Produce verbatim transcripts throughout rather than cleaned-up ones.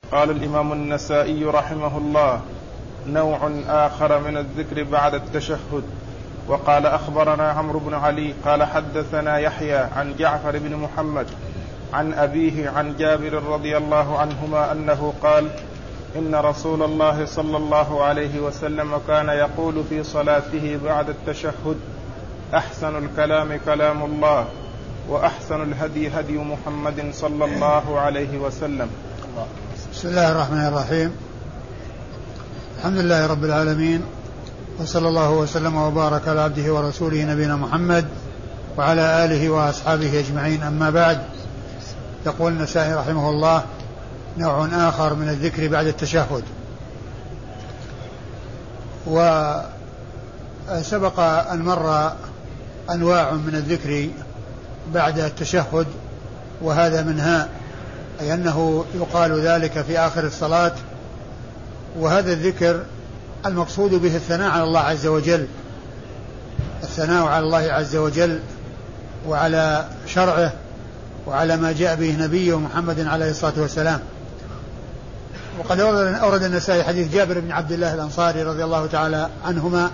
قال الإمام النسائي رحمه الله: نوع آخر من الذكر بعد التشهد. وقال أخبرنا عمرو بن علي قال حدثنا يحيى عن جعفر بن محمد عن أبيه عن جابر رضي الله عنهما أنه قال: إن رسول الله صلى الله عليه وسلم كان يقول في صلاته بعد التشهد: أحسن الكلام كلام الله، وأحسن الهدي هدي محمد صلى الله عليه وسلم. بسم الله الرحمن الرحيم. الحمد لله رب العالمين، وصلى الله وسلم وبارك على عبده ورسوله نبينا محمد وعلى آله وأصحابه أجمعين. أما بعد، يقول النسائي رحمه الله: نوع آخر من الذكر بعد التشهد. وسبق أن مر أنواع من الذكر بعد التشهد، وهذا منها، أي أنه يقال ذلك في آخر الصلاة. وهذا الذكر المقصود به الثناء على الله عز وجل، الثناء على الله عز وجل وعلى شرعه وعلى ما جاء به نبيه محمد عليه الصلاة والسلام. وقد أورد النسائي حديث جابر بن عبد الله الأنصاري رضي الله تعالى عنهما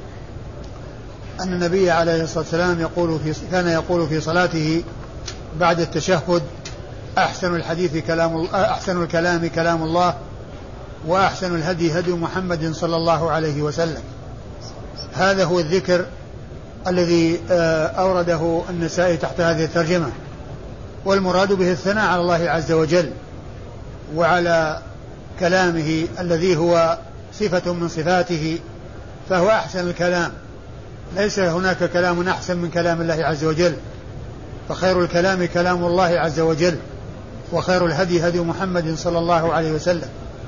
أن النبي عليه الصلاة والسلام يقول في كان يقول في صلاته بعد التشهد: أحسن الحديث كلام أحسن الكلام كلام الله، وأحسن الهدي هدي محمد صلى الله عليه وسلم. هذا هو الذكر الذي أورده النسائي تحت هذه الترجمة، والمراد به الثناء على الله عز وجل وعلى كلامه الذي هو صفة من صفاته، فهو أحسن الكلام. ليس هناك كلام أحسن من كلام الله عز وجل، فخير الكلام كلام الله عز وجل، وخير الهدي هدي محمد صلى الله عليه وسلم.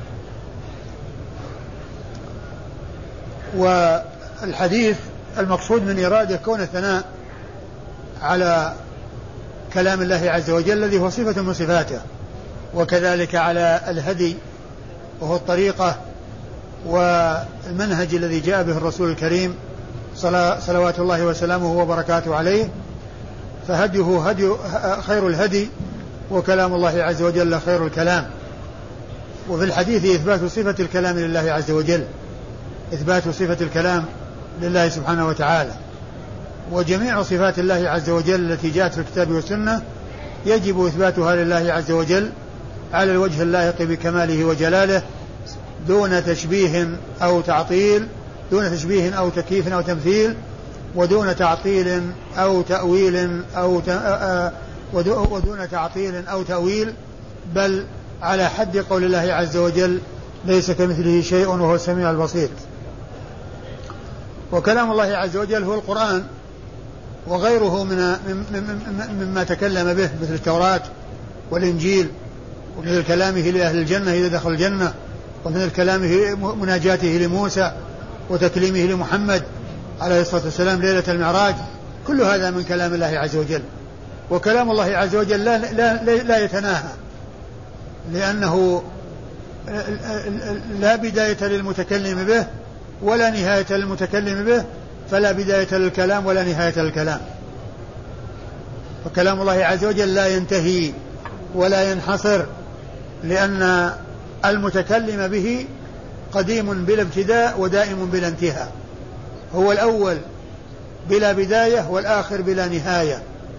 والحديث المقصود من إرادة كون الثناء على كلام الله عز وجل الذي هو صفة من صفاته، وكذلك على الهدي وهو الطريقة والمنهج الذي جاء به الرسول الكريم صلوات الله وسلامه وبركاته عليه، فهديه هدي خير الهدي، وكلام الله عز وجل خير الكلام. وفي الحديث إثبات صفة الكلام لله عز وجل، إثبات صفة الكلام لله سبحانه وتعالى. وجميع صفات الله عز وجل التي جاءت في الكتاب والسنة يجب إثباتها لله عز وجل على الوجه اللائق بكماله وجلاله، دون تشبيه أو تعطيل، دون تشبيه أو تكييف أو تمثيل، ودون تعطيل أو تأويل أو ت... ودون تعطيل أو تأويل، بل على حد قول الله عز وجل: ليس كمثله شيء وهو السميع البصير. وكلام الله عز وجل هو القرآن وغيره من مما تكلم به، مثل التوراة والإنجيل، ومثل كلامه لأهل الجنة إذا دخل الجنة، ومثل كلامه مناجاته لموسى وتكليمه لمحمد عليه الصلاة والسلام ليلة المعراج. كل هذا من كلام الله عز وجل. وكلام الله عز وجل لا, لا, لا يتناهى، لأنه لا بداية للمتكلم به ولا نهاية للمتكلم به، فلا بداية للكلام ولا نهاية للكلام. فكلام الله عز وجل لا ينتهي ولا ينحصر، لأن المتكلم به قديم بلا ابتداء ودائم بلا انتهاء، هو الأول بلا بداية والآخر بلا نهاية.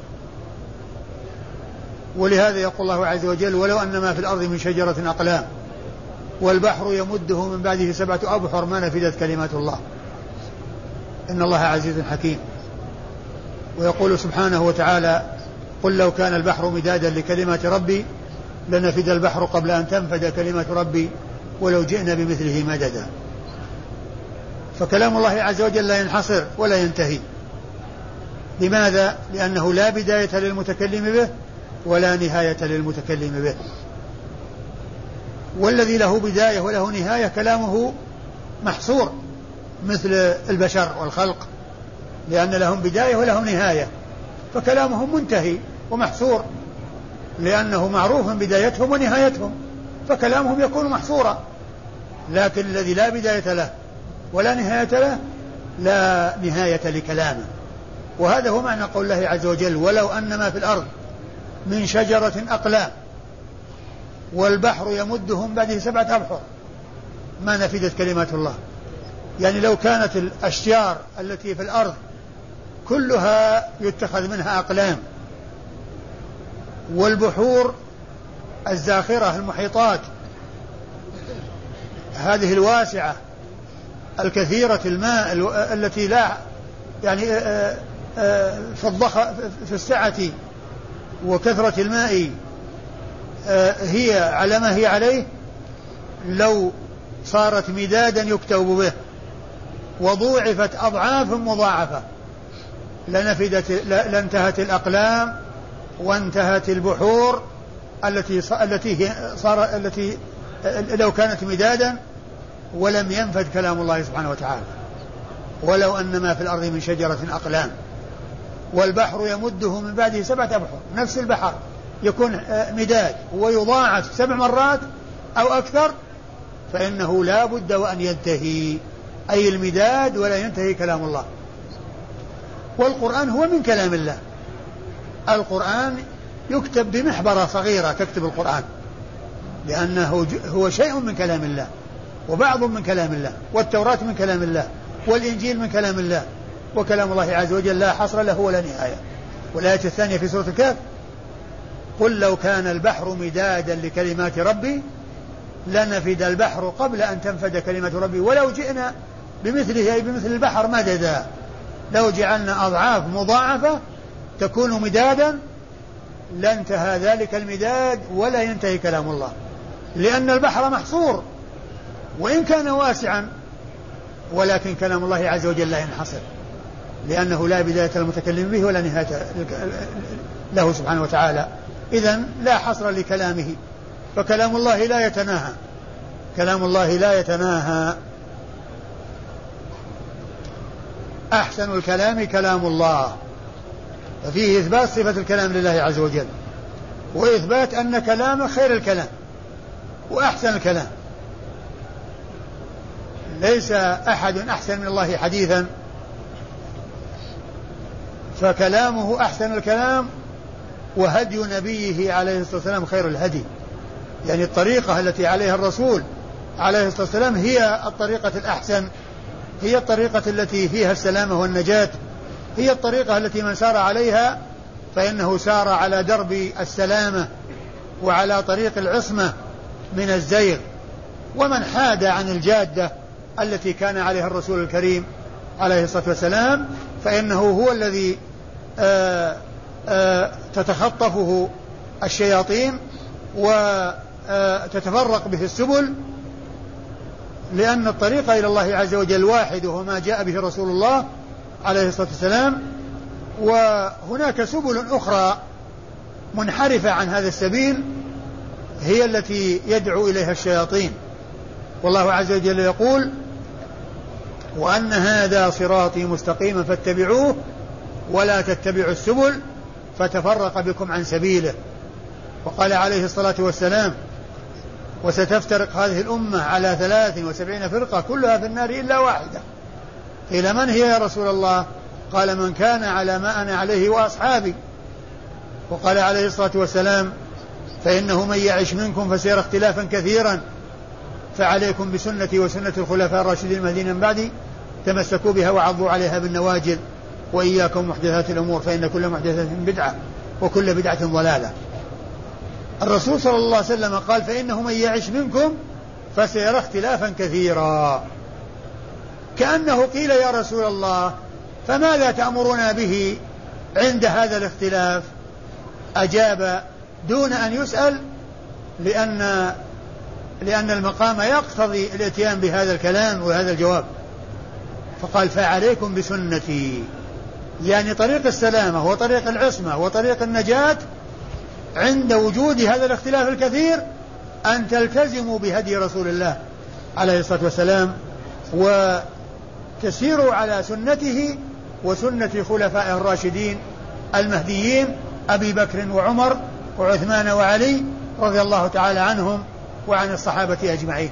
ولهذا يقول الله عز وجل: ولو أن ما في الأرض من شجرة أقلام والبحر يمده من بعده سبعة أبحر ما نفدت كلمات الله إن الله عزيز حكيم. ويقول سبحانه وتعالى: قل لو كان البحر مدادا لكلمات ربي لنفد البحر قبل أن تنفد كلمات ربي ولو جئنا بمثله مددا. فكلام الله عز وجل لا ينحصر ولا ينتهي. لماذا؟ لأنه لا بداية للمتكلم به ولا نهاية للمتكلم به. والذي له بداية وله نهاية كلامه محصور، مثل البشر والخلق، لأن لهم بداية ولهم نهاية، فكلامهم منتهي ومحصور، لأنه معروف بدايتهم ونهايتهم، فكلامهم يكون محصورا. لكن الذي لا بداية له ولا نهاية له لا نهاية لكلامه. وهذا هو معنى قول الله عز وجل: ولو أن ما في الأرض من شجرة أقلام والبحر يمدهم بعده سبعة أبحر ما نفدت كلمات الله. يعني لو كانت الأشجار التي في الأرض كلها يتخذ منها أقلام، والبحور الزاخرة المحيطات هذه الواسعة الكثيرة الماء التي لا يعني في الضخ في السعة وكثرة الماء هي على ما هي عليه، لو صارت مدادا يكتب به وضوعفت أضعاف مضاعفة لنفدت لانتهت الأقلام وانتهت البحور التي التي صار التي لو كانت مدادا، ولم ينفد كلام الله سبحانه وتعالى. ولو أن ما في الأرض من شجرة أقلام. والبحر يمده من بعده سبعة أبحر، نفس البحر يكون مداد ويضاعف سبع مرات أو أكثر، فإنه لا بد وأن ينتهي، أي المداد ولا ينتهي كلام الله. والقرآن هو من كلام الله. القرآن يكتب بمحبرة صغيرة تكتب القرآن، لأنه هو شيء من كلام الله وبعض من كلام الله، والتوراة من كلام الله، والإنجيل من كلام الله، وكلام الله عز وجل لا حصر له ولا نهاية. والآية الثانية في سورة الكهف: قل لو كان البحر مدادا لكلمات ربي لنفد البحر قبل أن تنفد كلمة ربي ولو جئنا بمثله، أي بمثل البحر مددا. لو جعلنا أضعاف مضاعفة تكون مدادا لانتهى ذلك المداد ولا ينتهي كلام الله، لأن البحر محصور وإن كان واسعا، ولكن كلام الله عز وجل لا ينحصر، لأنه لا بداية المتكلم به ولا نهاية له سبحانه وتعالى. إذن لا حصر لكلامه، فكلام الله لا يتناهى، كلام الله لا يتناهى. أحسن الكلام كلام الله، ففيه إثبات صفة الكلام لله عز وجل، وإثبات أن كلامه خير الكلام وأحسن الكلام. ليس أحد أحسن من الله حديثا، فكلامه أحسن الكلام، وهدي نبيه عليه الصلاة والسلام خير الهدي. يعني الطريقة التي عليها الرسول عليه الصلاة والسلام هي الطريقة الأحسن، هي الطريقة التي فيها السلامة والنجاة، هي الطريقة التي من سار عليها فإنه سار على درب السلامة وعلى طريق العصمة من الزيغ. ومن حاد عن الجادة التي كان عليها الرسول الكريم عليه الصلاة والسلام فإنه هو الذي آآ آآ تتخطفه الشياطين وتتفرق به السبل، لأن الطريق إلى الله عز وجل واحد وهو ما جاء به رسول الله عليه الصلاة والسلام، وهناك سبل أخرى منحرفة عن هذا السبيل هي التي يدعو إليها الشياطين. والله عز وجل يقول: وأن هذا صراطي مستقيما فاتبعوه ولا تتبعوا السبل فتفرق بكم عن سبيله. وقال عليه الصلاة والسلام: وستفترق هذه الأمة على ثلاث وسبعين فرقة كلها في النار إلا واحدة. قيل: من هي يا رسول الله؟ قال: من كان على ما أنا عليه وأصحابي. وقال عليه الصلاة والسلام: فإنه من يعش منكم فسيرى اختلافا كثيرا، فعليكم بسنتي وسنة الخلفاء الراشدين المهديين من بعدي تمسكوا بها وعضوا عليها بالنواجذ، وإياكم محدثات الأمور فإن كل محدثة بدعة وكل بدعة ضلالة. الرسول صلى الله عليه وسلم قال: فإنه من يعش منكم فسيرى اختلافا كثيرا. كأنه قيل: يا رسول الله فماذا تأمرنا به عند هذا الاختلاف؟ أجاب دون أن يسأل، لأن لأن المقام يقتضي الاتيان بهذا الكلام وهذا الجواب، فقال: فعليكم بسنتي، يعني طريق السلامة وطريق العصمة وطريق النجاة عند وجود هذا الاختلاف الكثير أن تلتزموا بهدي رسول الله عليه الصلاة والسلام وتسيروا على سنته وسنة خلفائه الراشدين المهديين أبي بكر وعمر وعثمان وعلي رضي الله تعالى عنهم وعن الصحابة أجمعين.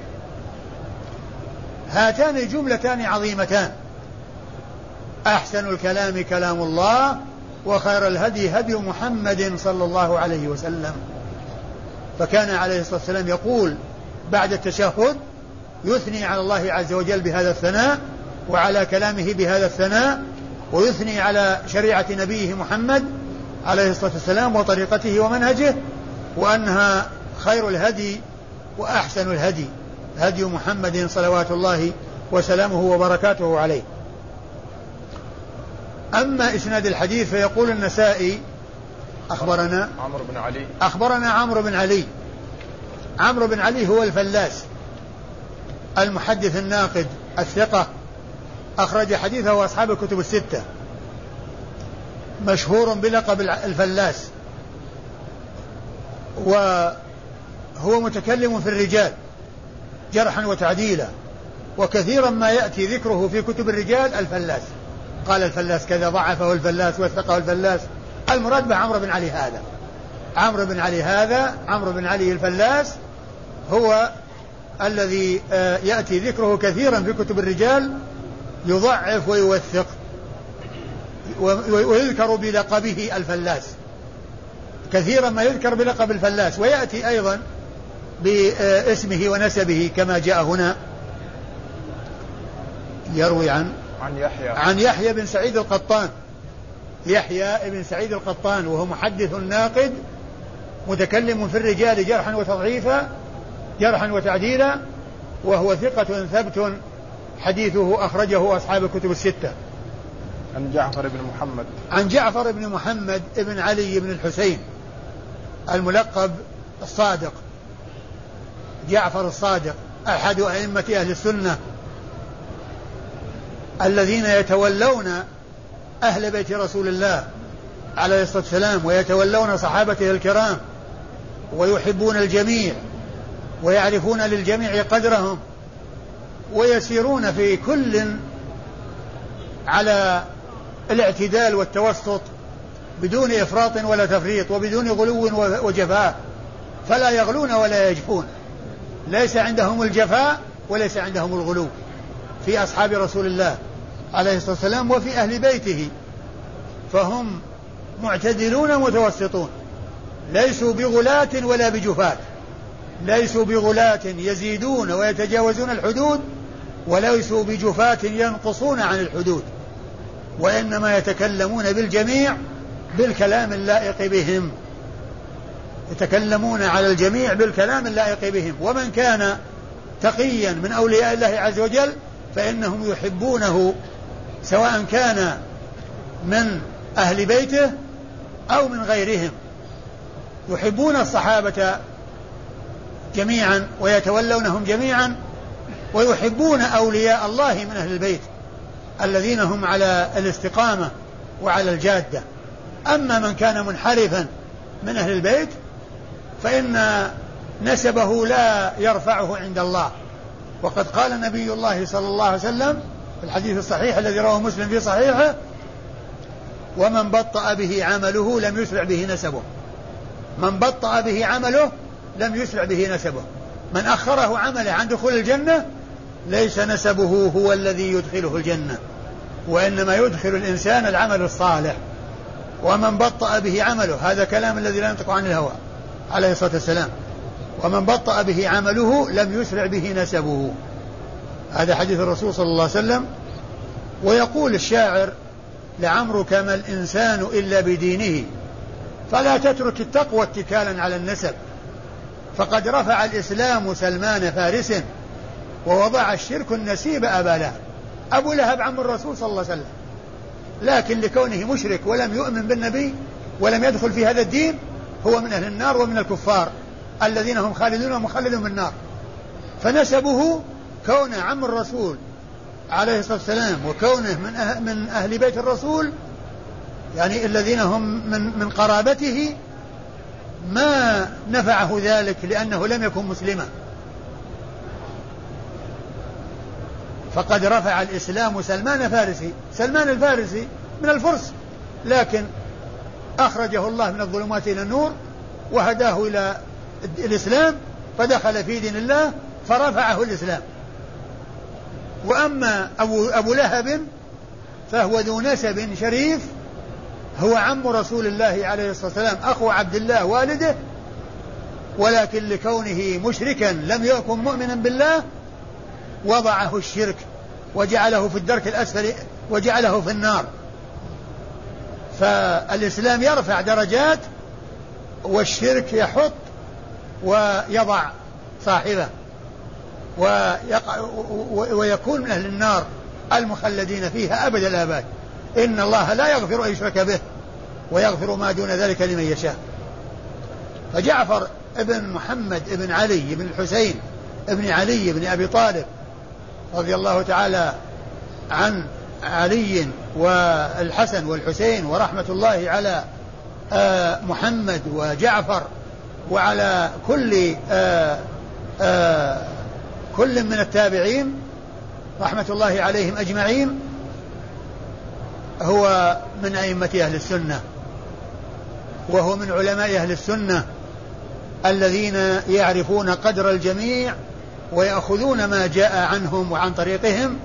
هاتان جملتان عظيمتان: أحسن الكلام كلام الله، وخير الهدي هدي محمد صلى الله عليه وسلم. فكان عليه الصلاة والسلام يقول بعد التشهد يثني على الله عز وجل بهذا الثناء وعلى كلامه بهذا الثناء، ويثني على شريعة نبيه محمد عليه الصلاة والسلام وطريقته ومنهجه، وأنها خير الهدي وأحسن الهدي هدي محمد صلوات الله وسلامه وبركاته عليه. أما إسناد الحديث فيقول النسائي أخبرنا عمرو بن علي أخبرنا عمرو بن علي. عمرو بن علي هو الفلاس المحدث الناقد الثقة، أخرج حديثه أصحاب الكتب الستة، مشهور بلقب الفلاس، وهو متكلم في الرجال جرحا وتعديلا، وكثيرا ما يأتي ذكره في كتب الرجال الفلاس، قال الفلاس كذا، ضعفه الفلاس وثقه الفلاس. المراد بعمرو بن علي هذا عمرو بن علي هذا عمرو بن علي الفلاس هو الذي يأتي ذكره كثيرا في كتب الرجال، يضعف ويوثق ويذكر بلقبه الفلاس، كثيرا ما يذكر بلقب الفلاس، ويأتي أيضا باسمه ونسبه كما جاء هنا. يروي عن عن يحيى عن يحيى بن سعيد القطان يحيى بن سعيد القطان، وهو محدث ناقد متكلم في الرجال جرحا وتضعيفا جرحا وتعديلا، وهو ثقة ثبت حديثه أخرجه أصحاب الكتب الستة. عن جعفر بن محمد عن جعفر بن محمد بن علي بن الحسين الملقب الصادق، جعفر الصادق أحد أئمة أهل السنة الذين يتولون أهل بيت رسول الله عليه الصلاة والسلام، ويتولون صحابته الكرام، ويحبون الجميع ويعرفون للجميع قدرهم، ويسيرون في كل على الاعتدال والتوسط بدون إفراط ولا تفريط وبدون غلو وجفاء، فلا يغلون ولا يجفون، ليس عندهم الجفاء وليس عندهم الغلو في أصحاب رسول الله عليه الصلاة والسلام وفي أهل بيته، فهم معتدلون متوسطون، ليسوا بغلاة ولا بجفاة، ليسوا بغلاة يزيدون ويتجاوزون الحدود، وليسوا بجفاة ينقصون عن الحدود، وإنما يتكلمون بالجميع بالكلام اللائق بهم، يتكلمون على الجميع بالكلام اللائق بهم. ومن كان تقيا من أولياء الله عز وجل فإنهم يحبونه، سواء كان من أهل بيته أو من غيرهم، يحبون الصحابة جميعا ويتولونهم جميعا، ويحبون أولياء الله من أهل البيت الذين هم على الاستقامة وعلى الجادة. أما من كان منحرفا من أهل البيت فإن نسبه لا يرفعه عند الله، وقد قال النبي الله صلى الله عليه وسلم في الحديث الصحيح الذي رواه مسلم في صحيحه: ومن بطأ به عمله لم يسرع به نسبه. من بطأ به عمله لم يسرع به نسبه، من أخره عمله عن دخول الجنة ليس نسبه هو الذي يدخله الجنة، وإنما يدخل الإنسان العمل الصالح. ومن بطأ به عمله، هذا كلام الذي لا ينطق عن الهوى عليه الصلاة والسلام، ومن بطأ به عمله لم يسرع به نسبه، هذا حديث الرسول صلى الله عليه وسلم. ويقول الشاعر: لعمرك ما الإنسان إلا بدينه، فلا تترك التقوى اتكالا على النسب، فقد رفع الإسلام سلمان فارس، ووضع الشرك النسيب أبا لهب. أبو لهب عم الرسول صلى الله عليه وسلم، لكن لكونه مشرك ولم يؤمن بالنبي ولم يدخل في هذا الدين هو من أهل النار ومن الكفار الذين هم خالدون ومخلدون من النار. فنسبه كونه عم الرسول عليه الصلاة والسلام، وكونه من أهل, من أهل بيت الرسول، يعني الذين هم من, من قرابته، ما نفعه ذلك لأنه لم يكن مسلما. فقد رفع الإسلام سلمان فارسي، سلمان الفارسي من الفرس، لكن أخرجه الله من الظلمات إلى النور وهداه إلى الإسلام، فدخل في دين الله فرفعه الإسلام. وأما أبو, أبو لهب فهو ذو نسب شريف، هو عم رسول الله عليه الصلاة والسلام، أخو عبد الله والده، ولكن لكونه مشركا لم يكن مؤمنا بالله وضعه الشرك وجعله في الدرك الأسفل وجعله في النار. فالإسلام يرفع درجات والشرك يحط ويضع صاحبه ويكون من أهل النار المخلدين فيها أبد الآباد. إن الله لا يغفر أن يشرك به ويغفر ما دون ذلك لمن يشاء. فجعفر ابن محمد ابن علي ابن الحسين ابن علي ابن أبي طالب رضي الله تعالى عن علي والحسن والحسين ورحمة الله على محمد وجعفر وعلى كل آآ آآ كل من التابعين رحمة الله عليهم أجمعين، هو من أئمة أهل السنة، وهو من علماء أهل السنة الذين يعرفون قدر الجميع ويأخذون ما جاء عنهم وعن طريقهم،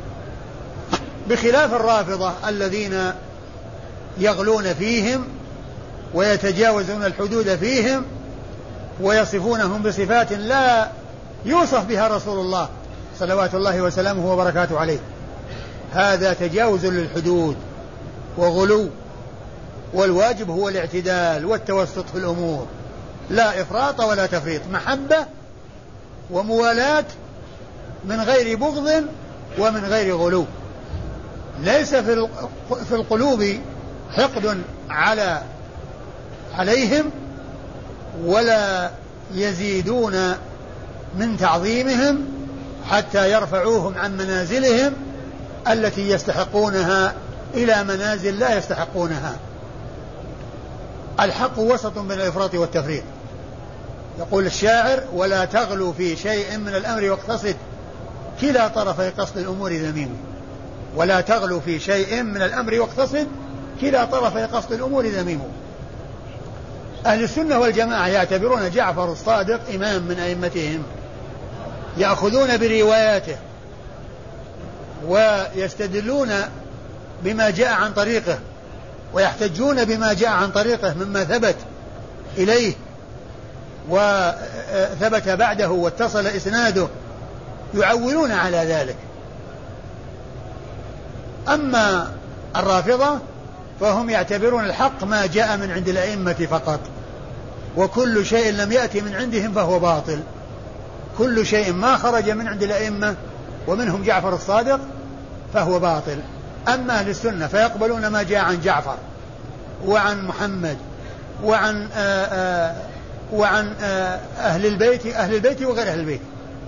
بخلاف الرافضة الذين يغلون فيهم ويتجاوزون الحدود فيهم ويصفونهم بصفات لا يوصف بها رسول الله صلوات الله وسلامه وبركاته عليه. هذا تجاوز للحدود وغلو، والواجب هو الاعتدال والتوسط في الأمور، لا إفراط ولا تفريط، محبة وموالاة من غير بغض ومن غير غلو. ليس في القلوب حقد على عليهم ولا يزيدون من تعظيمهم حتى يرفعوهم عن منازلهم التي يستحقونها إلى منازل لا يستحقونها. الحق وسط بين الإفراط والتفريط. يقول الشاعر: ولا تغلو في شيء من الأمر واقتصد، كلا طرفي قصد الأمور ذميم. ولا تغلو في شيء من الأمر واقتصد، كلا طرفي قصد الأمور ذميم. أهل السنة والجماعة يعتبرون جعفر الصادق إمام من أئمتهم، يأخذون برواياته ويستدلون بما جاء عن طريقه ويحتجون بما جاء عن طريقه مما ثبت إليه وثبت بعده واتصل إسناده، يعولون على ذلك. أما الرافضة فهم يعتبرون الحق ما جاء من عند الأئمة فقط، وكل شيء لم يأتي من عندهم فهو باطل. كل شيء ما خرج من عند الأئمة ومنهم جعفر الصادق فهو باطل. أما أهل السنة فيقبلون ما جاء عن جعفر وعن محمد وعن آآ آآ وعن آآ أهل البيت أهل البيت وغير أهل البيت.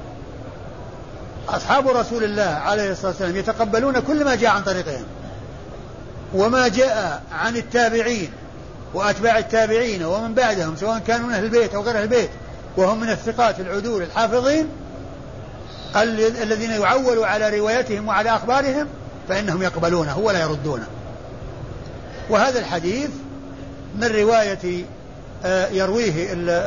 أصحاب رسول الله عليه الصلاة والسلام يتقبلون كل ما جاء عن طريقهم، وما جاء عن التابعين وأتباع التابعين ومن بعدهم سواء كانوا من أهل البيت أو غير أهل البيت وهم من الثقات العدول الحافظين الذين يعولوا على روايتهم وعلى أخبارهم، فإنهم يقبلونه ولا يردونه. وهذا الحديث من رواية يرويه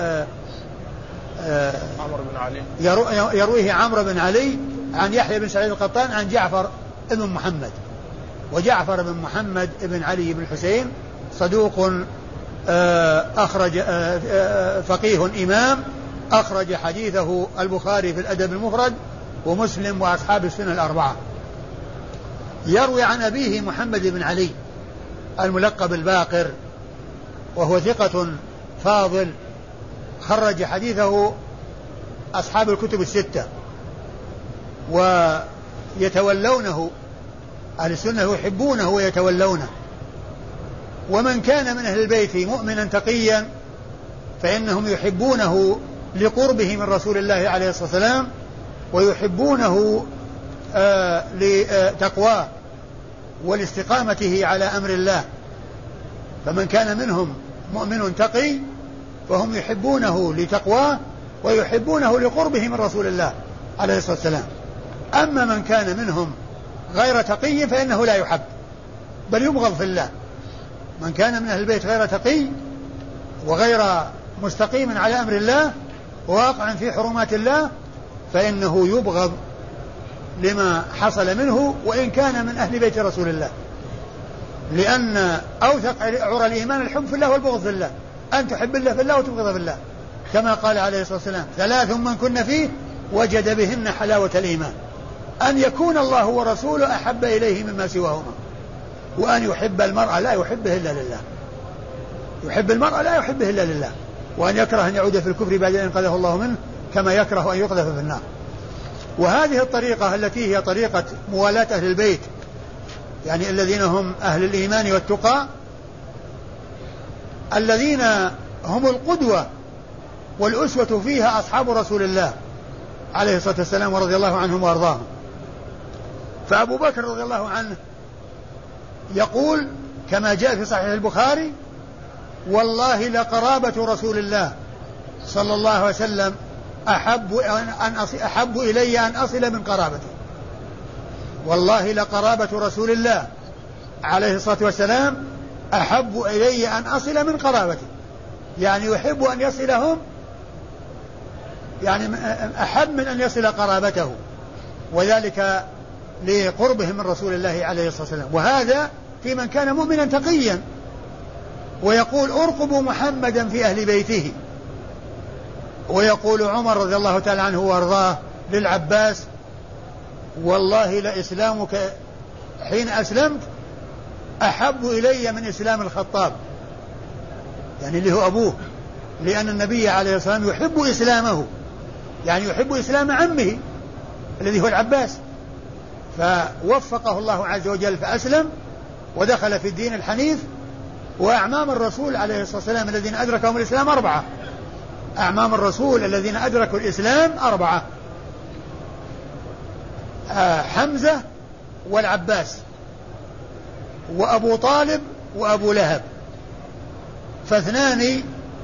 عمرو بن علي يرويه عمرو بن علي عن يحيى بن سعيد القطان عن جعفر بن محمد. وجعفر بن محمد بن علي بن الحسين صدوق أخرج فقيه إمام، أخرج حديثه البخاري في الأدب المفرد ومسلم وأصحاب السنة الأربعة. يروي عن أبيه محمد بن علي الملقب الباقر، وهو ثقة فاضل، خرج حديثه أصحاب الكتب الستة، ويتولونه أهل السنة يحبونه ويتولونه. ومن كان من أهل البيت مؤمنا تقيا فإنهم يحبونه لقربه من رسول الله عليه الصلاة والسلام، ويحبونه آه لتقواه ولاستقامته على أمر الله. فمن كان منهم مؤمن تقي فهم يحبونه لتقواه ويحبونه لقربه من رسول الله عليه الصلاة والسلام. أما من كان منهم غير تقي فإنه لا يحب بل يبغض في الله. من كان من أهل البيت غير تقي وغير مستقيم على أمر الله وواقع في حرمات الله فإنه يبغض لما حصل منه وإن كان من أهل بيت رسول الله، لأن أوثق عرى الإيمان الحب في الله والبغض في الله، أن تحب الله في الله وتبغض في الله. كما قال عليه الصلاة والسلام ثلاث من كن فيه وجد بهن حلاوة الإيمان: أن يكون الله ورسوله أحب إليه مما سواهما، وأن يحب المرء لا يحبه إلا لله، يحب المرء لا يحبه إلا لله، وأن يكره أن يعود في الكفر بعد أن قذفه الله منه كما يكره أن يقذف في النار. وهذه الطريقة التي هي طريقة موالاة أهل البيت، يعني الذين هم أهل الإيمان والتقى، الذين هم القدوة والأسوة فيها أصحاب رسول الله عليه الصلاة والسلام ورضي الله عنهم وأرضاهم. فأبو بكر رضي الله عنه يقول كما جاء في صحيح البخاري: والله لقرابة رسول الله صلى الله عليه وسلم أحب, أن أصل أحب إلي أن أصل من قرابته. والله لقرابة رسول الله عليه الصلاة والسلام أحب إلي أن أصل من قرابته، يعني يحب أن يصلهم، يعني أحب من أن يصل قرابته، وذلك لقربه من رسول الله عليه الصلاة والسلام. وهذا في من كان مؤمنا تقيا. ويقول: ارقبوا محمدا في أهل بيته. ويقول عمر رضي الله تعالى عنه وارضاه للعباس: والله لإسلامك حين أسلمت أحب إلي من إسلام الخطاب، يعني اللي هو أبوه، لأن النبي عليه الصلاة والسلام يحب إسلامه، يعني يحب إسلام عمه الذي هو العباس، فوفقه الله عز وجل فأسلم ودخل في الدين الحنيف. وأعمام الرسول عليه الصلاة والسلام الذين أدركهم الإسلام أربعة، أعمام الرسول الذين أدركوا الإسلام أربعة: آه حمزة والعباس وأبو طالب وأبو لهب، فاثنان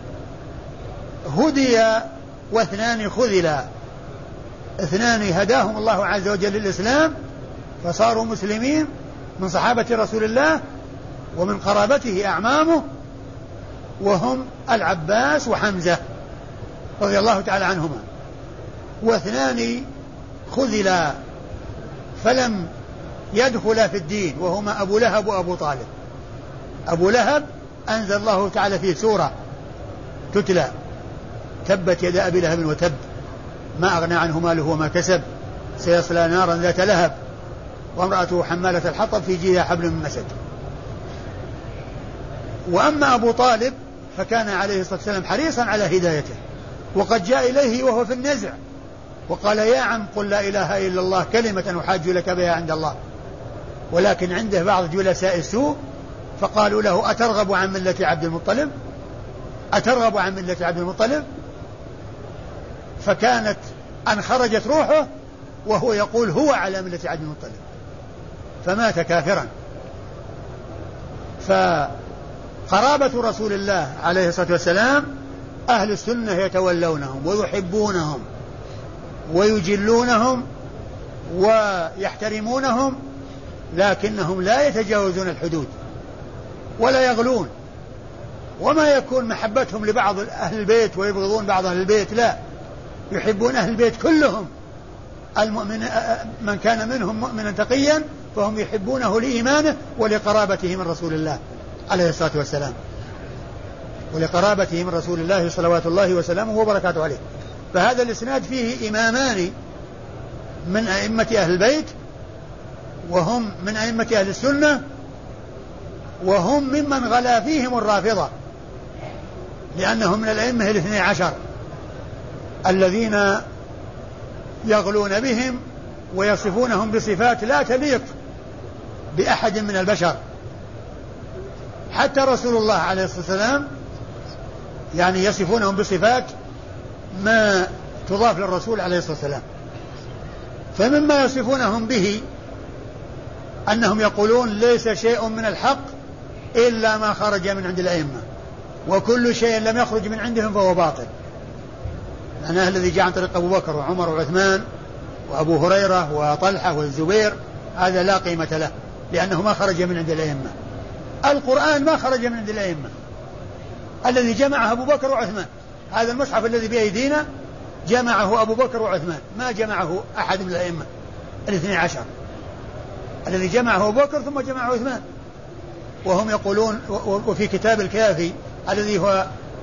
هديا واثنان خذلا، اثنان هداهم الله عز وجل للإسلام فصاروا مسلمين من صحابة رسول الله ومن قرابته أعمامه، وهم العباس وحمزة رضي الله تعالى عنهما. واثنان خذلا فلم يدخلا في الدين، وهما أبو لهب وأبو طالب. أبو لهب أنزل الله تعالى فيه سورة تتلى: تبت يد أبي لهب وتب ما أغنى عنه ماله وما كسب سيصلى نارا ذات لهب وامرأته حمالة الحطب في جيدها حبل من مسد. وأما أبو طالب فكان عليه الصلاة والسلام حريصا على هدايته، وقد جاء إليه وهو في النزع وقال: يا عم قل لا إله إلا الله كلمة أحاج لك بها عند الله. ولكن عنده بعض جلساء السوء فقالوا له: أترغب عن ملة عبد المطلب؟ أترغب عن ملة عبد المطلب؟ فكانت أن خرجت روحه وهو يقول هو على ملة عبد المطلب، فمات كافرا. فقرابة رسول الله عليه الصلاة والسلام أهل السنة يتولونهم ويحبونهم ويجلونهم ويحترمونهم، لكنهم لا يتجاوزون الحدود ولا يغلون. وما يكون محبتهم لبعض أهل البيت ويبغضون بعض أهل البيت، لا، يحبون أهل البيت كلهم. المؤمن من كان منهم مؤمنا تقيا فهم يحبونه لإيمانه ولقرابته من رسول الله عليه الصلاة والسلام، ولقرابته من رسول الله صلوات الله وسلامه وبركاته عليه. فهذا الإسناد فيه إمامان من أئمة أهل البيت، وهم من أئمة أهل السنة، وهم ممن غلا فيهم الرافضة، لأنهم من الأئمة الاثني عشر الذين يغلون بهم ويصفونهم بصفات لا تليق بأحد من البشر. حتى رسول الله عليه الصلاة والسلام يعني يصفونهم بصفات ما تضاف للرسول عليه الصلاة والسلام. فمما يصفونهم به أنهم يقولون: ليس شيء من الحق إلا ما خرج من عند الأئمة، وكل شيء لم يخرج من عندهم فهو باطل. معناه الذي جاء عن طريق أبو بكر وعمر وعثمان وأبو هريرة وطلحة والزبير هذا لا قيمة له، لأنه ما خرج من عند الأئمة. القرآن ما خرج من عند الأئمة، الذي جمعه أبو بكر وعثمان. هذا المصحف الذي بأيدينا جمعه أبو بكر وعثمان، ما جمعه أحد من الأئمة الاثني عشر. الذي جمعه أبو بكر ثم جمعه عثمان. وهم يقولون، وفي كتاب الكافي الذي هو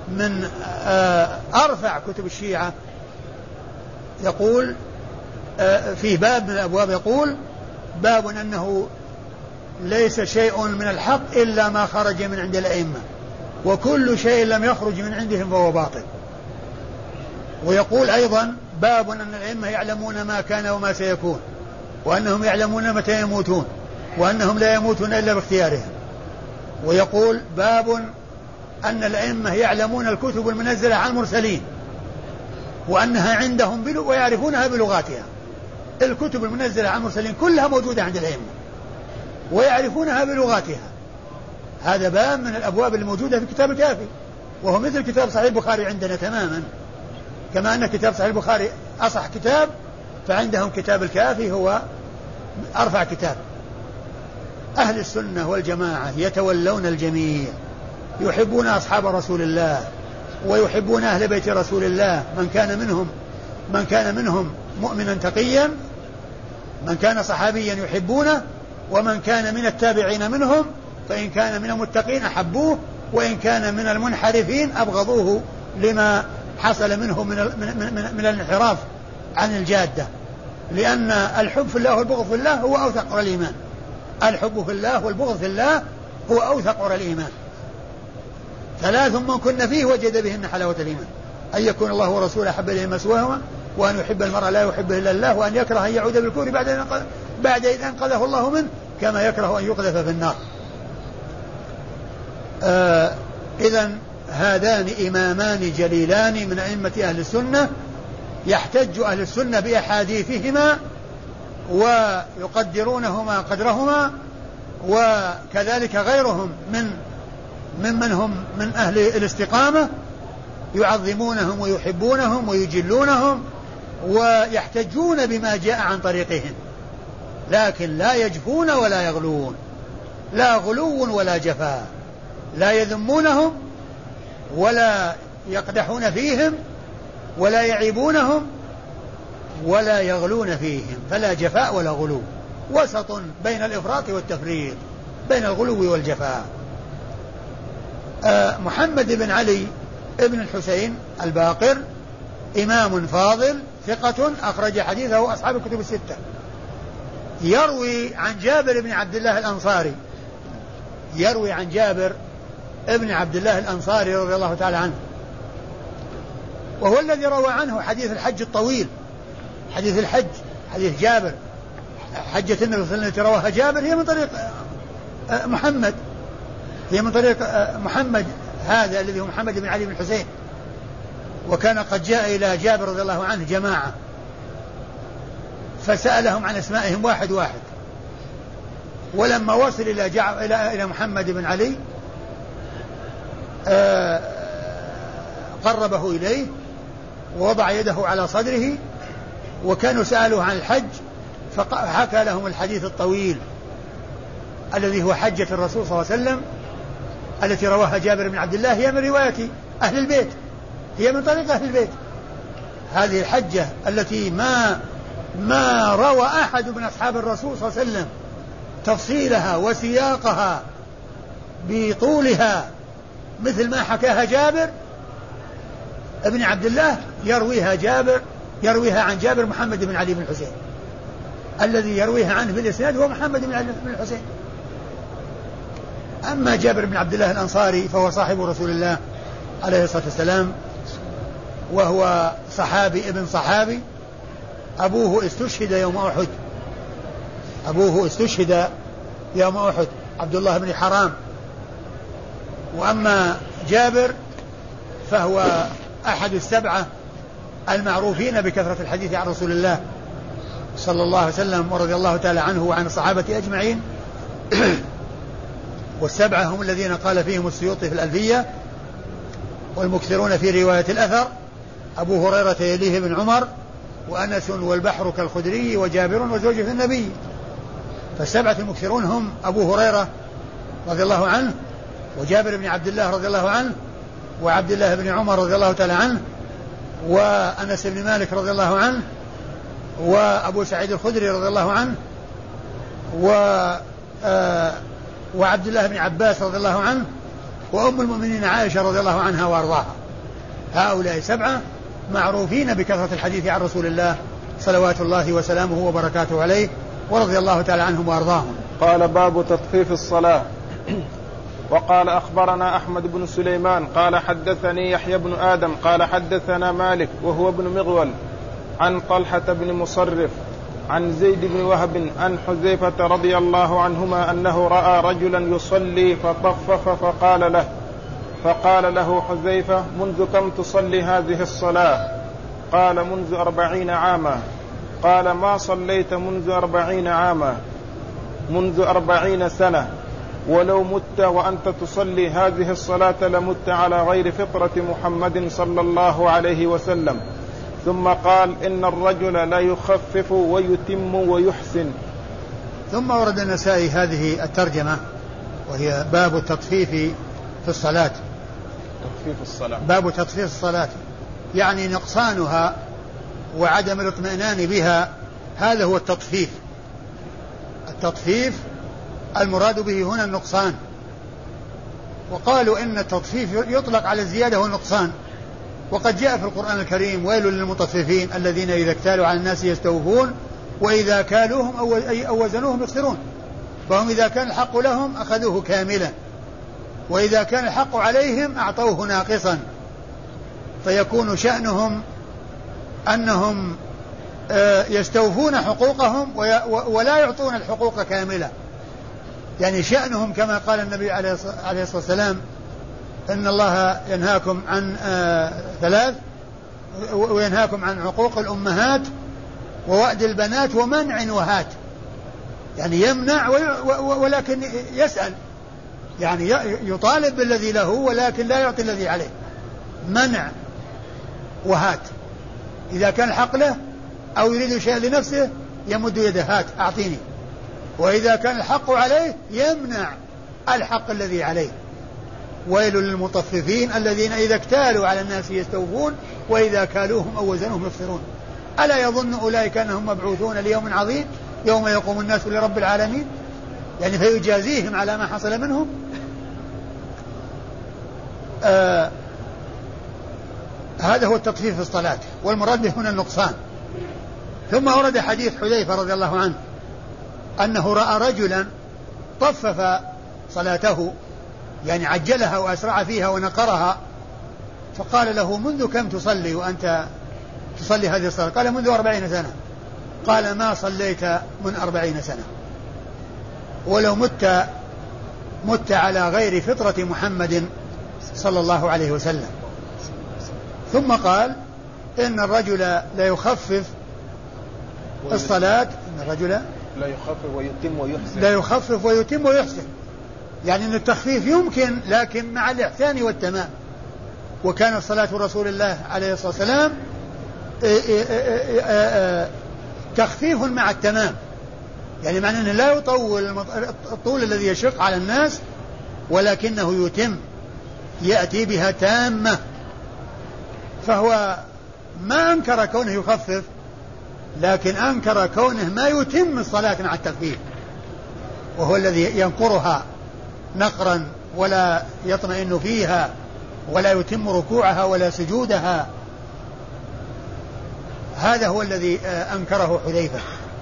من أرفع كتب الشيعة، يقول في باب من الأبواب يقول: باب أنه ليس شيء من الحق إلا ما خرج من عند الأئمة، وكل شيء لم يخرج من عندهم فهو باطل. ويقول أيضا: باب أن الأئمة يعلمون ما كان وما سيكون، وأنهم يعلمون متى يموتون، وأنهم لا يموتون إلا باختيارهم. ويقول: باب أن الأئمة يعلمون الكتب المنزلة على المرسلين، وأنها عندهم بلغ ويعرفونها بلغاتها. الكتب المنزلة على المرسلين كلها موجودة عند الأئمة ويعرفونها بلغاتها. هذا باب من الأبواب الموجودة في كتاب الكافي، وهو مثل كتاب صحيح البخاري عندنا تماما. كما أن كتاب صحيح البخاري أصح كتاب، فعندهم كتاب الكافي هو أرفع كتاب. أهل السنة والجماعة يتولون الجميع، يحبون أصحاب رسول الله ويحبون أهل بيت رسول الله، من كان منهم من كان منهم مؤمنا تقيا، من كان صحابيا يحبونه، ومن كان من التابعين منهم، فإن كان من المتقين أحبوه، وإن كان من المنحرفين أبغضوه لما حصل منه من, من, من, من الانحراف عن الجادة. لأن الحب في الله والبغض في الله هو أوثق عرى الإيمان. الحب في الله والبغض في الله هو أوثق عرى الإيمان. ثلاث من كن فيه وجد بهن حلاوة الإيمان: أن يكون الله ورسوله أحب إليه ما سواهما، وأن يحب المرء لا يحبه إلا الله، وأن يكره أن يعود بالكفر بعد بعد إذ أنقذه الله منه، كما يكره أن يقذف في النار. آه إذن هذان إمامان جليلان من أئمة أهل السنة، يحتج أهل السنة بأحاديثهما ويقدرونهما قدرهما، وكذلك غيرهم من ممن هم من أهل الاستقامة يعظمونهم ويحبونهم ويجلونهم ويحتجون بما جاء عن طريقهم، لكن لا يجفون ولا يغلون، لا غلو ولا جفاء، لا يذمونهم ولا يقدحون فيهم ولا يعيبونهم ولا يغلون فيهم، فلا جفاء ولا غلو، وسط بين الإفراط والتفريط، بين الغلو والجفاء. آه محمد بن علي ابن الحسين الباقر إمام فاضل ثقة أخرج حديثه أصحاب الكتب الستة، يروي عن جابر بن عبد الله الأنصاري يروي عن جابر ابن عبد الله الأنصاري رضي الله تعالى عنه، وهو الذي روى عنه حديث الحج الطويل، حديث الحج، حديث جابر، حجة النبي صلى الله عليه وسلم التي رواها جابر هي من طريق محمد هي من طريق محمد هذا الذي هو محمد بن علي بن الحسين. وكان قد جاء إلى جابر رضي الله عنه جماعة فسألهم عن اسمائهم واحد واحد، ولما وصل إلى جع... إلى إلى محمد بن علي آه قربه إليه ووضع يده على صدره، وكانوا سألوه عن الحج فحكى لهم الحديث الطويل الذي هو حجة الرسول صلى الله عليه وسلم التي رواها جابر بن عبد الله، هي من رواية أهل البيت، هي من طريق أهل البيت. هذه الحجة التي ما ما روى أحد من أصحاب الرسول صلى الله عليه وسلم تفصيلها وسياقها بطولها مثل ما حكاها جابر ابن عبد الله، يرويها جابر يرويها عن جابر محمد بن علي بن الحسين، الذي يرويها عنه في الإسناد هو محمد بن علي بن الحسين. أما جابر بن عبد الله الأنصاري فهو صاحب رسول الله عليه الصلاة والسلام، وهو صحابي ابن صحابي، أبوه استشهد يوم أحد أبوه استشهد يوم أحد عبد الله بن حرام. وأما جابر فهو أحد السبعة المعروفين بكثرة الحديث عن رسول الله صلى الله عليه وسلم ورضي الله تعالى عنه وعن الصحابة أجمعين. والسبعة هم الذين قال فيهم السيوطي في الألفية: والمكثرون في رواية الأثر أبو هريرة يليه بن عمر، وأنس والبحر كالخدري، وجابر وزوجة النبي. فالسبعة المكثرون هم أبو هريرة رضي الله عنه، وجابر بن عبد الله رضي الله عنه، وعبد الله بن عمر رضي الله تعالى عنه، وأنس بن مالك رضي الله عنه، وأبو سعيد الخدري رضي الله عنه، و آه وعبد الله بن عباس رضي الله عنه، وأم المؤمنين عائشة رضي الله عنها وأرضاها. هؤلاء سبعة معروفين بكثرة الحديث عن رسول الله صلوات الله وسلامه وبركاته عليه، ورضي الله تعالى عنهم وأرضاهم. قال باب تطفيف الصلاة. وقال أخبرنا أحمد بن سليمان قال حدثني يحيى بن آدم قال حدثنا مالك وهو ابن مغول عن طلحة بن مصرف عن زيد بن وهب عن حذيفة رضي الله عنهما أنه رأى رجلا يصلي فطفف فقال له فقال له حذيفة: منذ كم تصلي هذه الصلاة؟ قال: منذ أربعين عاما. قال: ما صليت منذ أربعين عاما؟ منذ أربعين سنة، ولو مت وأنت تصلي هذه الصلاة لمت على غير فطرة محمد صلى الله عليه وسلم. ثم قال: إن الرجل لا يخفف ويتم ويحسن. ثم ورد النسائي هذه الترجمة وهي باب التطفيف في الصلاة. تطفيف الصلاة باب تطفيف الصلاة يعني نقصانها وعدم الاطمئنان بها، هذا هو التطفيف. التطفيف المراد به هنا النقصان، وقالوا إن التطفيف يطلق على الزيادة والنقصان، وقد جاء في القرآن الكريم: ويل للمطففين الذين إذا اكتالوا على الناس يستوفون وإذا كالوهم أو وزنوهم يخسرون. فهم إذا كان الحق لهم أخذوه كاملا، وإذا كان الحق عليهم أعطوه ناقصا، فيكون شأنهم أنهم يستوفون حقوقهم ولا يعطون الحقوق كاملة. يعني شأنهم كما قال النبي عليه الصلاة والسلام: إن الله ينهاكم عن ثلاث، وينهاكم عن عقوق الأمهات ووأد البنات ومنع وهات. يعني يمنع ولكن يسأل، يعني يطالب بالذي له ولكن لا يعطي الذي عليه. منع وهات، إذا كان الحق له أو يريد شيء لنفسه يمد يده: هات أعطيني. وإذا كان الحق عليه يمنع الحق الذي عليه. ويل للمطففين الذين إذا اكتالوا على الناس يستوفون وإذا كالوهم أو وزنوهم يخسرون. ألا يظن أولئك أنهم مبعوثون ليوم عظيم يوم يقوم الناس لرب العالمين؟ يعني فيجازيهم على ما حصل منهم. آه هذا هو التطفيف في الصلاة، والمراد به هنا النقصان. ثم ورد حديث حذيفة رضي الله عنه أنه رأى رجلا طفف صلاته، يعني عجلها وأسرع فيها ونقرها، فقال له: منذ كم تصلي وأنت تصلي هذه الصلاة؟ قال: منذ أربعين سنة. قال: ما صليت من أربعين سنة، ولو مت مت على غير فطرة محمد صلى الله عليه وسلم. ثم قال: إن الرجل لا يخفف الصلاة، إن الرجل لا يخفف ويتم ويحسن لا يخفف ويتم ويحسن، يعني أن التخفيف يمكن لكن مع الإحسان والتمام. وكان صلاة رسول الله عليه الصلاة والسلام تخفيف مع التمام، يعني معنى أنه لا يطول الطول الذي يشق على الناس، ولكنه يتم، يأتي بها تامة. فهو ما أنكر كونه يخفف، لكن أنكر كونه ما يتم الصلاة مع التخفيف، وهو الذي ينقرها نقرا ولا يطمئن فيها ولا يتم ركوعها ولا سجودها. هذا هو الذي أنكره حذيفة.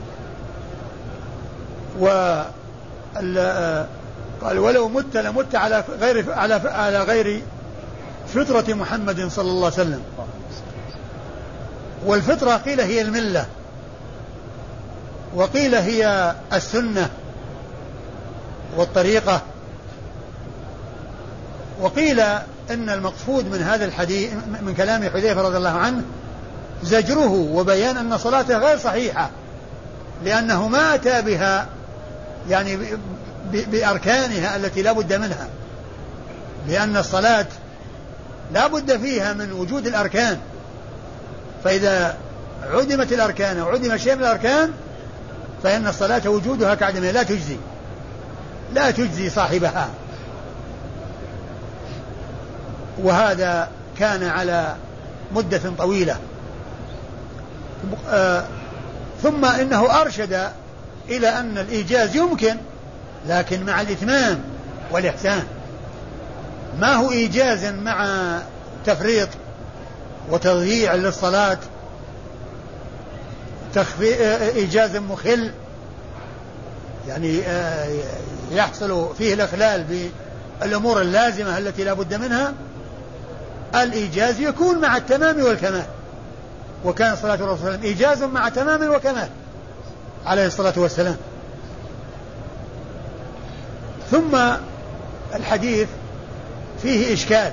وقال: ولو مت لمت على غير على على غير فطرة محمد صلى الله عليه وسلم. والفطرة قيل هي الملة، وقيل هي السنة والطريقة، وقيل إن المقصود من هذا الحديث من كلام حذيفة رضي الله عنه زجره وبيان أن صلاته غير صحيحة، لأنه ما أتى بها يعني بأركانها التي لا بد منها، لأن الصلاة لا بد فيها من وجود الأركان، فإذا عدمت الأركان أو عدم شيء من الأركان فإن الصلاة وجودها كعدمها، لا تجزي لا تجزي صاحبها. وهذا كان على مدة طويلة. آه ثم إنه أرشد إلى أن الإيجاز يمكن، لكن مع الإتمام والإحسان، ما هو إيجاز مع تفريط وتضييع للصلاة إيجاز مخل، يعني يحصل فيه الإخلال بالأمور اللازمة التي لا بد منها، الإيجاز يكون مع التمام والكمال، وكان صلاة الرسول صلى الله عليه وسلم إيجاز مع تمام وكمال عليه الصلاة والسلام. ثم الحديث فيه إشكال،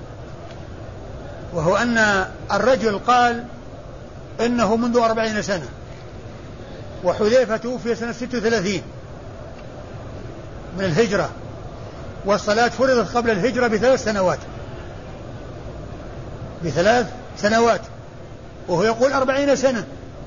وهو أن الرجل قال إنه منذ أربعين سنة، وحذيفة توفي سنة ست وثلاثين من الهجرة، والصلاة فرضت قبل الهجرة بثلاث سنوات بثلاث سنوات وهو يقول أربعين سنة،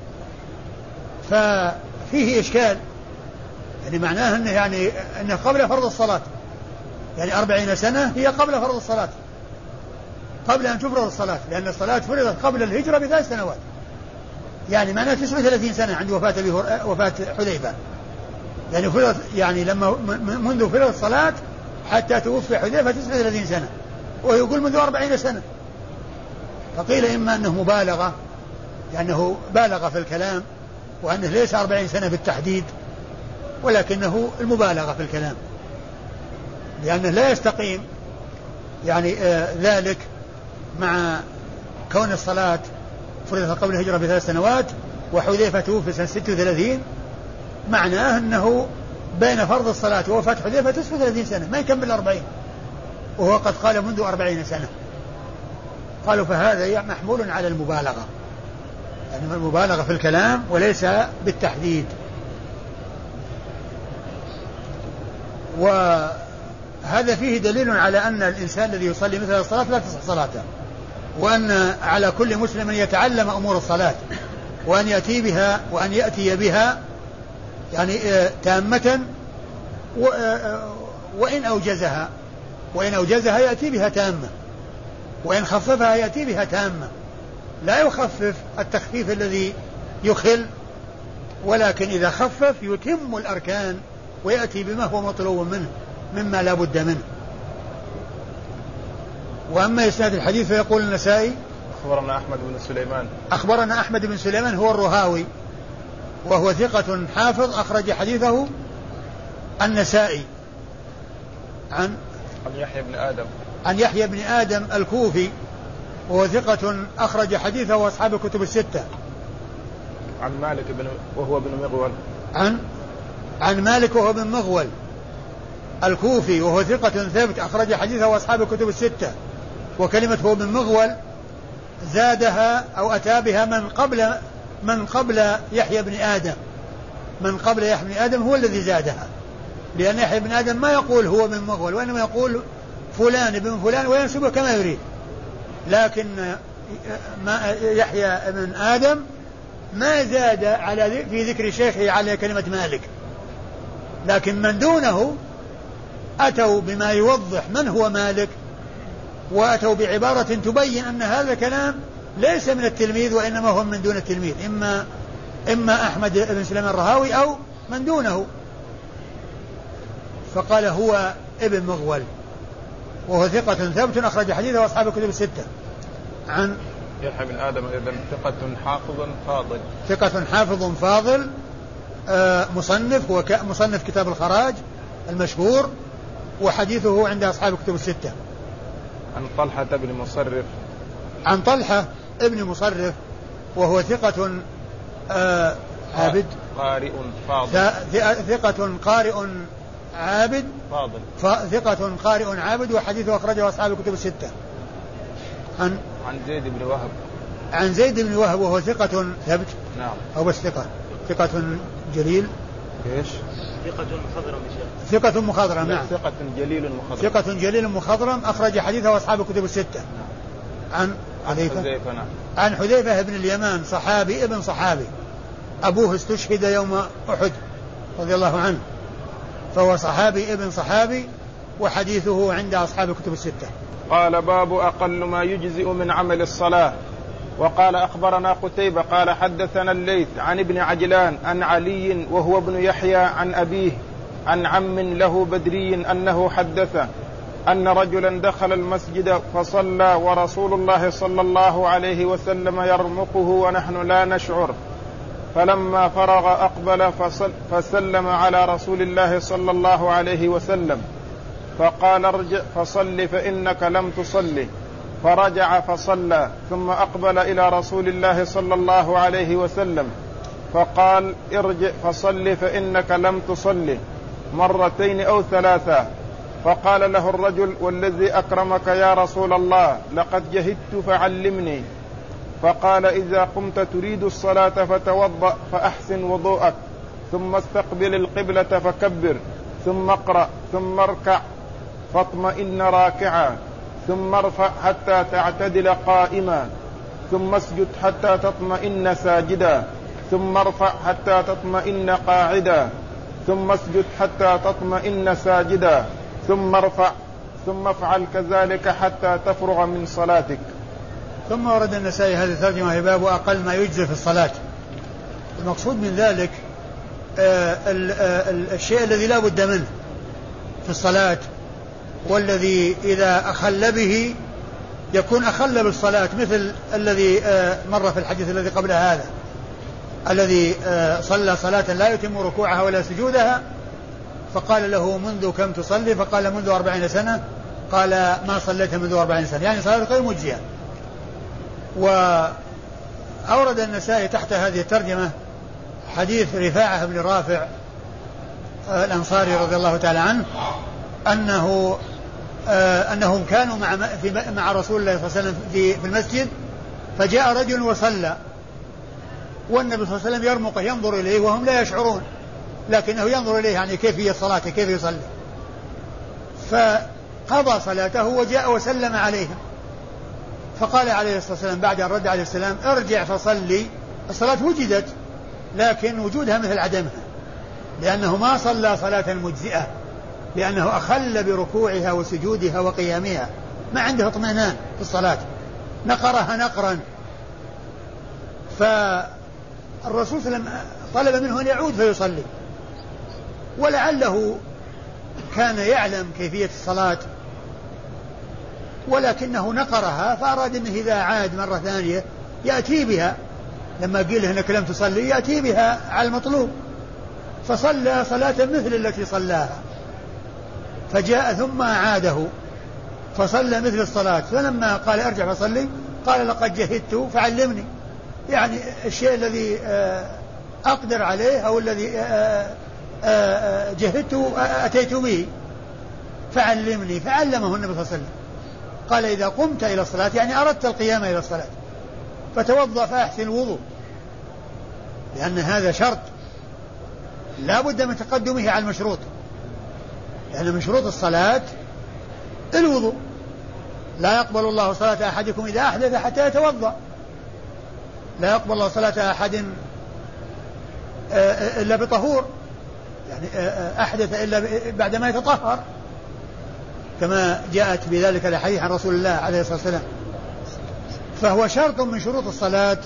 ففيه إشكال. يعني معناه أنه يعني أنه قبل فرض الصلاة، يعني أربعين سنة هي قبل فرض الصلاة، قبل أن تفرض الصلاة، لأن الصلاة فرضت قبل الهجرة بثلاث سنوات، يعني معناه تسعة وثلاثين سنة عند وفاة وفاة حذيفة، يعني فرضت يعني لما منذ فرض الصلاة حتى توفي حذيفة تسعة وثلاثين سنة، ويقول منذ أربعين سنة. فقيل إما أنه مبالغة، لأنه بالغ في الكلام، وأنه ليس أربعين سنة بالتحديد، ولكنه المبالغة في الكلام، لأنه لا يستقيم يعني آه ذلك مع كون الصلاة فرضت قبل الهجرة بثلاث سنوات وحذيفة توفي سنة ستة وثلاثين، معناه أنه بين فرض الصلاة ووفاة حذيفة تسعة وثلاثين سنة، ما يكمل أربعين، وهو قد قال منذ أربعين سنة. قالوا فهذا محمول على المبالغة، يعني المبالغة في الكلام وليس بالتحديد. وهذا فيه دليل على أن الإنسان الذي يصلي مثل الصلاة لا تصح صلاته، وأن على كل مسلم أن يتعلم أمور الصلاة، وأن يأتي بها وأن يأتي بها يعني تامة، وإن أوجزها وإن أوجزها يأتي بها تامة، وإن خففها يأتي بها تامة، لا يخفف التخفيف الذي يخل، ولكن إذا خفف يتم الأركان ويأتي بما هو مطلوب منه مما لا بد منه. وأما إسناد الحديث فيقول النسائي أخبرنا أحمد بن سليمان أخبرنا أحمد بن سليمان هو الرهاوي، وهو ثقة حافظ أخرج حديثه النسائي عن عن يحيى بن آدم عن يحيى بن آدم الكوفي، وهو ثقة أخرج حديثه وأصحاب الكتب الستة. عن مالك بن وهو بن مغول عن عن مالك وهو بن مغول الكوفي، وهو ثقة ثابت أخرج حديثه وأصحاب الكتب الستة. وكلمة هو بن مغول زادها أو أتى بها من قبل من قبل يحيى بن آدم من قبل يحيى بن آدم هو الذي زادها، لأن يحيى بن آدم ما يقول هو بن مغول، وإنما يقول فلان ابن فلان وينسبه كما يريد، لكن ما يحيى بن آدم ما زاد على في ذكر شيخه على كلمة مالك، لكن من دونه أتوا بما يوضح من هو مالك، وأتوا بعبارة تبين أن هذا الكلام ليس من التلميذ وإنما هو من دون التلميذ، إما إما أحمد بن سليمان الرهاوي أو من دونه. فقال هو ابن مغول، وهو ثقة ثابت أخرج حديثه وأصحاب الكتب الستة. عن يحيى بن آدم إذن ثقة حافظ فاضل ثقة حافظ فاضل آه مصنف هو مصنف كتاب الخراج المشهور، وحديثه عند أصحاب الكتب الستة. عن طلحة بن مصرف عن طلحة ابن مصرف وهو ثقة آه عابد قارئ فاضل ثقة قارئ عابد فاضل ثقة قارئ عابد، وحديثه أخرجه أصحاب الكتب الستة. عن عن زيد بن وهب عن زيد بن وهب وهو ثقة ثبت نعم أو بس ثقة ثقة جليل ايش ثقة مخضرم ثقة مخضرم نعم ثقة جليل مخضرم ثقة جليل مخضرم أخرج حديثه وأصحاب الكتب الستة. عن حذيفة نعم. عن حذيفة بن اليمان صحابي ابن صحابي، أبوه استشهد يوم أحد رضي الله عنه، فهو صحابي ابن صحابي، وحديثه عند أصحاب الكتب الستة. قال باب أقل ما يجزئ من عمل الصلاة. وقال أخبرنا قتيبة قال حدثنا الليث عن ابن عجلان عن علي وهو ابن يحيى عن أبيه عن عم له بدري أنه حدثه أن رجلا دخل المسجد فصلى ورسول الله صلى الله عليه وسلم يرمقه ونحن لا نشعر، فلما فرغ أقبل فسلم على رسول الله صلى الله عليه وسلم فقال ارجع فصل فإنك لم تصلي، فرجع فصلى ثم أقبل إلى رسول الله صلى الله عليه وسلم فقال ارجع فصل فإنك لم تصلي مرتين أو ثلاثة، فقال له الرجل والذي أكرمك يا رسول الله لقد جهدت فعلمني، فقال إذا قمت تريد الصلاة فتوضأ فأحسن وضوءك، ثم استقبل القبلة فكبر، ثم اقرأ، ثم اركع فاطمئن راكعا، ثم ارفع حتى تعتدل قائما، ثم اسجد حتى تطمئن ساجدا، ثم ارفع حتى تطمئن قاعدا، ثم اسجد حتى تطمئن ساجدا، ثم ارفع، ثم افعل كذلك حتى تفرغ من صلاتك. ثم ورد النسائي هذه الترجمة هي باب أقل ما يجزي في الصلاة. المقصود من ذلك آه الشيء الذي لا بد منه في الصلاة، والذي إذا أخل به يكون أخل بالصلاة، مثل الذي آه مر في الحديث الذي قبل هذا، الذي آه صلى صلاة لا يتم ركوعها ولا سجودها، فقال له منذ كم تصلي؟ فقال منذ أربعين سنة. قال ما صليت منذ أربعين سنة، يعني صلاة غير مجزية. وأورد النسائي تحت هذه الترجمة حديث رفاعة بن رافع الأنصاري رضي الله تعالى عنه أنه آه أنهم كانوا مع مع رسول الله صلى الله عليه وسلم في, في المسجد، فجاء رجل وصلى، والنبي صلى الله عليه وسلم يرمقه ينظر إليه وهم لا يشعرون، لكنه ينظر إليه يعني كيفية صلاته كيف يصلي، فقضى صلاته وجاء وسلم عليهم، فقال عليه الصلاة والسلام بعد أن رد عليه السلام ارجع فصلي. الصلاة وجدت لكن وجودها مثل عدمها، لأنه ما صلى صلاة مجزئة، لأنه أخل بركوعها وسجودها وقيامها، ما عنده اطمئنان في الصلاة، نقرها نقرا. فالرسول صلى الله عليه وسلم طلب منه أن يعود فيصلي، ولعله كان يعلم كيفية الصلاة ولكنه نقرها، فأراد أنه إذا عاد مرة ثانية يأتي بها، لما قيل له أنك لم تصلي يأتي بها على المطلوب، فصلى صلاة مثل التي صلاها، فجاء ثم أعاده فصلى مثل الصلاة، فلما قال ارجع فصلي قال لقد جهدت فعلمني، يعني الشيء الذي أقدر عليه أو الذي جهدت أتيت به فعلمني، فعلمه النبي صلى الله عليه وسلم. قال إذا قمت إلى الصلاة يعني أردت القيام إلى الصلاة فتوضأ فأحسن الوضوء، لأن هذا شرط لا بد من تقدمه على المشروط، لأن من شروط الصلاة الوضوء، لا يقبل الله صلاة أحدكم إذا أحدث حتى يتوضأ، لا يقبل الله صلاة أحد إلا بطهور، يعني أحدث إلا بعدما يتطهر، كما جاءت بذلك الحديث عن رسول الله عليه الصلاة والسلام. فهو شرط من شروط الصلاة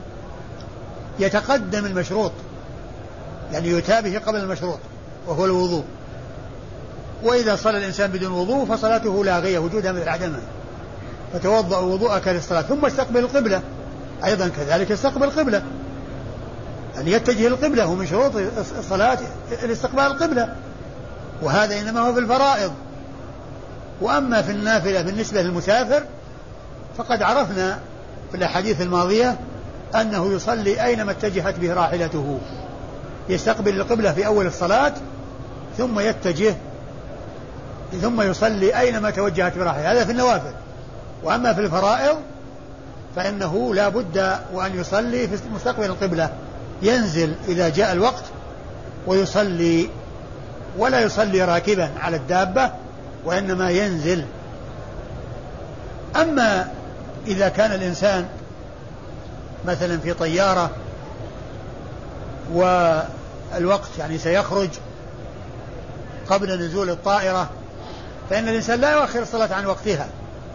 يتقدم المشروط، يعني يتابه قبل المشروط وهو الوضوء، وإذا صلى الإنسان بدون وضوء فصلاته لاغية وجودها مثل عدمها، فتوضأ وضوءك للصلاة ثم استقبل القبلة، أيضا كذلك استقبل القبلة، أن يتجه القبلة، ومن شروط الصلاة الاستقبال القبلة، وهذا إنما هو في الفرائض. وأما في النافلة بالنسبة للمسافر فقد عرفنا في الأحاديث الماضية أنه يصلي أينما اتجهت به راحلته، يستقبل القبلة في أول الصلاة ثم يتجه ثم يصلي أينما توجهت براحلته، هذا في النوافل. وأما في الفرائض فإنه لا بد وأن يصلي في مستقبل القبلة، ينزل إذا جاء الوقت ويصلي، ولا يصلي راكبا على الدابة وإنما ينزل. أما إذا كان الإنسان مثلا في طيارة والوقت يعني سيخرج قبل نزول الطائرة، فإن الإنسان لا يؤخر الصلاة عن وقتها،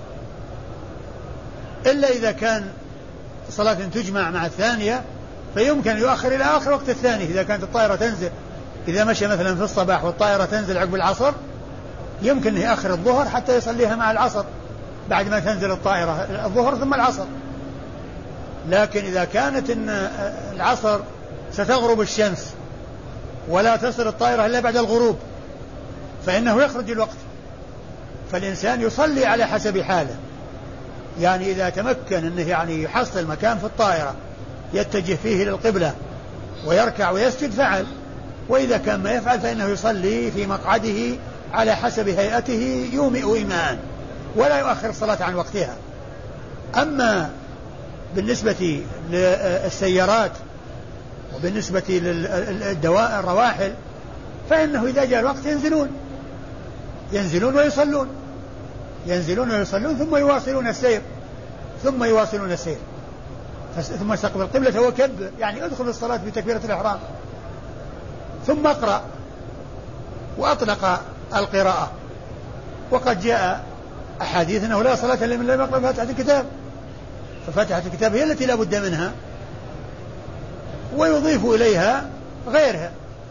إلا إذا كان صلاة تجمع مع الثانية فيمكن يؤخر إلى آخر وقت الثاني. إذا كانت الطائرة تنزل، إذا مشى مثلا في الصباح والطائرة تنزل عقب العصر، يمكن أن يأخر الظهر حتى يصليها مع العصر بعد ما تنزل الطائرة، الظهر ثم العصر. لكن إذا كانت إن العصر ستغرب الشمس ولا تصل الطائرة إلا بعد الغروب فإنه يخرج الوقت، فالإنسان يصلي على حسب حاله. يعني إذا تمكن أنه يعني يحصل مكان في الطائرة يتجه فيه للقبلة ويركع ويسجد فعل، وإذا كان ما يفعل فإنه يصلي في مقعده على حسب هيئته يومئ إيمان ولا يؤخر الصلاة عن وقتها. أما بالنسبة للسيارات وبالنسبة للدواء الرواحل فإنه إذا جاء الوقت ينزلون ينزلون ويصلون ينزلون ويصلون ثم يواصلون السير ثم يواصلون السير ثم استقبل القبلة وكبر، يعني ادخل الصلاة بتكبيرة الإحرام ثم اقرأ، وأطلق القراءة. وقد جاء أحاديث أنه لا صلاة إلا من لم يقرأ فاتحة الكتاب، ففاتحة الكتاب هي التي لا بد منها، ويضيف إليها غيرها.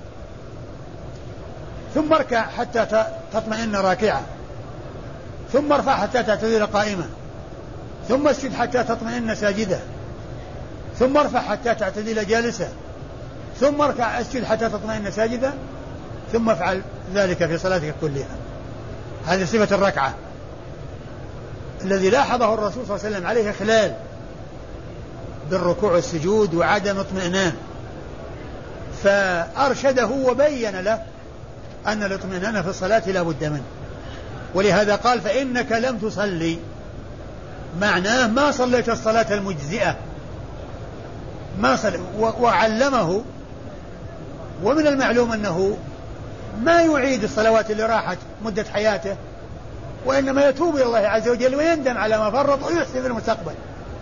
ثم اركع حتى تطمئن راكعة، ثم ارفع حتى تعتدل قائمة، ثم اسجد حتى تطمئن ساجدة، ثم ارفع حتى تعتدل جالسة، ثم اركع اسجد حتى تطمئن ساجدة، ثم افعل ذلك في صلاتك كلها. هذه صفة الركعة الذي لاحظه الرسول صلى الله عليه وسلم عليه إخلال بالركوع والسجود وعدم اطمئنان، فأرشده وبين له أن الاطمئنان في الصلاة لا بد منه. ولهذا قال فإنك لم تصلي، معناه ما صليت الصلاة المجزئة، ما صلي. وعلمه، ومن المعلوم أنه ما يعيد الصلوات اللي راحت مدة حياته، وإنما يتوب إلى الله عز وجل ويندم على ما فرط ويحسن في المستقبل.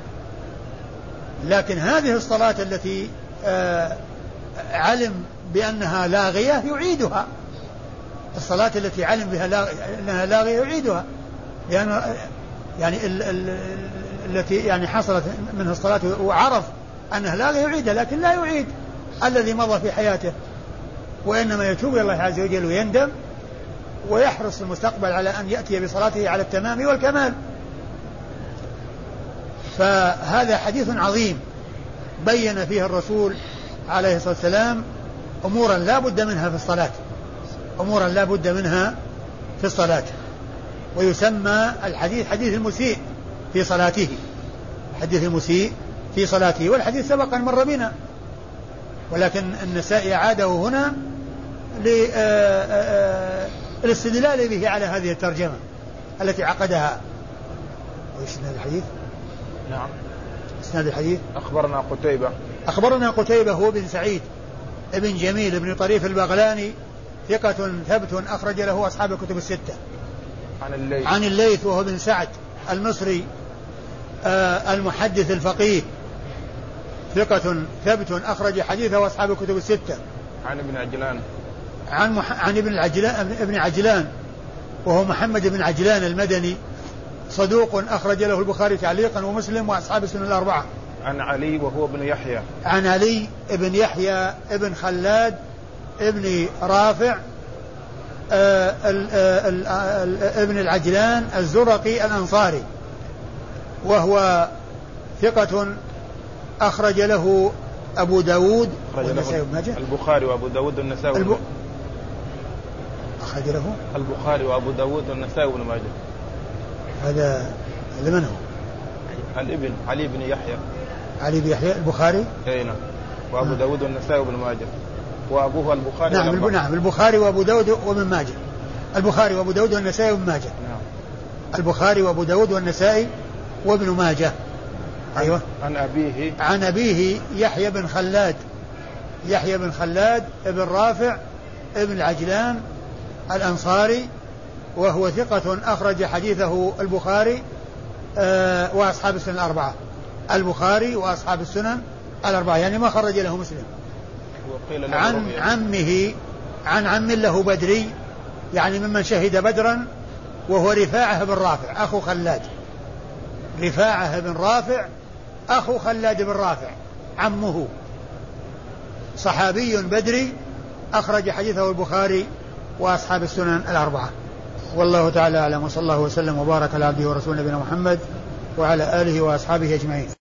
لكن هذه الصلاة التي آه علم بأنها لاغية يعيدها، الصلاة التي علم بها لا... أنها لاغية يعيدها، لأن يعني ال... ال... التي يعني حصلت منها الصلاة وعرف أنها لاغية يعيدها، لكن لا يعيد الذي مضى في حياته، وإنما يتوب إلى الله عز وجل ويندم ويحرص في المستقبل على أن يأتي بصلاته على التمام والكمال. فهذا حديث عظيم بين فيه الرسول عليه الصلاة والسلام أمورا لا بد منها في الصلاة، أمورا لا بد منها في الصلاة. ويسمى الحديث حديث المسيء في صلاته، حديث المسيء في صلاته، والحديث سبق أن مر بنا، ولكن النسائي عاده هنا للاستدلال به على هذه الترجمة التي عقدها. وإيش اسناد الحديث؟ نعم، اسناد الحديث أخبرنا قتيبة أخبرنا قتيبة هو بن سعيد ابن جميل ابن طريف البغلاني ثقة ثبت أخرج له أصحاب الكتب الستة. عن الليث عن الليث وهو بن سعد المصري آه المحدث الفقيه ثقة ثبت أخرج حديثه أصحاب الكتب الستة. عن ابن عجلان عن مح... عن ابن عجلان ابن عجلان وهو محمد بن عجلان المدني صدوق أخرج له البخاري تعليقا ومسلم وأصحاب السنن الأربعة. عن علي وهو ابن يحيى عن علي ابن يحيى ابن خلاد ابن رافع آه ال ال ال ابن العجلان الزرقي الأنصاري، وهو ثقة أخرج له أبو داود والنسائي وابن ماجه. البخاري وأبو داود والنسائي الب... أخرج له البخاري وأبو داود والنسائي وابن ماجه. هذا هذا من هو؟ الابن علي بن يحيى علي بن يحيى البخاري. أي نعم. وأبو داود والنسائي وابن ماجه، وأبوه البخاري. نعم الب... نعم البخاري وأبو داود وابن ماجه. البخاري وأبو داود والنسائي وابن ماجه. نعم. البخاري وأبو داود والنسائي وابن ماجه. أيوة. عن أبيه عن أبيه يحيى بن خلاد يحيى بن خلاد ابن رافع ابن العجلان الأنصاري، وهو ثقة أخرج حديثه البخاري آه وأصحاب السنن الأربعة. البخاري وأصحاب السنن الأربعة يعني ما خرج له مسلم. عن عمه عن عم له بدري يعني ممن شهد بدرا، وهو رفاعة بن رافع أخو خلاد. رفاعة بن رافع أخو خلاد بن رافع عمه، صحابي بدري أخرج حديثه البخاري وأصحاب السنن الأربعة. والله تعالى أعلم، وصلى الله وسلم وبارك على عبده ورسوله نبينا محمد وعلى آله وأصحابه أجمعين.